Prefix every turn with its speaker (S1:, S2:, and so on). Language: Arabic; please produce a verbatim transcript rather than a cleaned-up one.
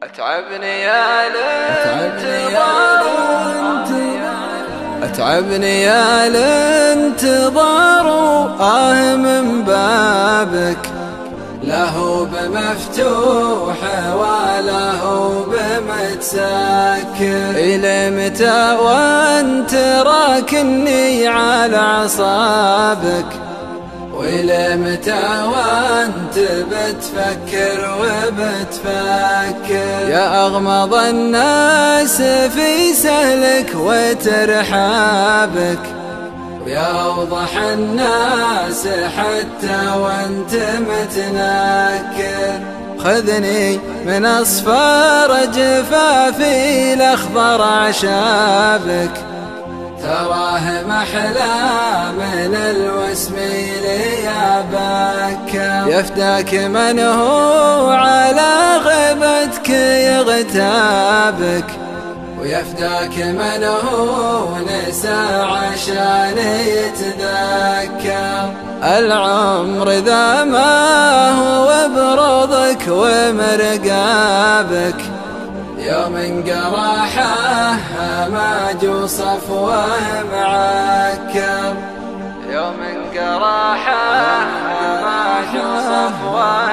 S1: أتعبني يا الانتظار، أتعبني يا الانتظار، آه من بابك لا هو بمفتوح ولا هو بمتسكر. إلى متى وانت راكني على أعصابك، وإلى متى وانت بتفكر وبتفكر. يا أغمض الناس في سهلك وترحابك، ويا أوضح الناس حتى وانت متنكر. خذني من أصفار جفافي لأخضر أعشابك، تراه محلى من الوسميل يا بكر. يفداك من هو على غيبتك يغتابك، ويفداك من هو نسى عشان يتذكر. العمر ذا ما هو برضك ومرقابك، يوم قراحه ما جو صفوه معكر. يوم قراحه ما جو صفوه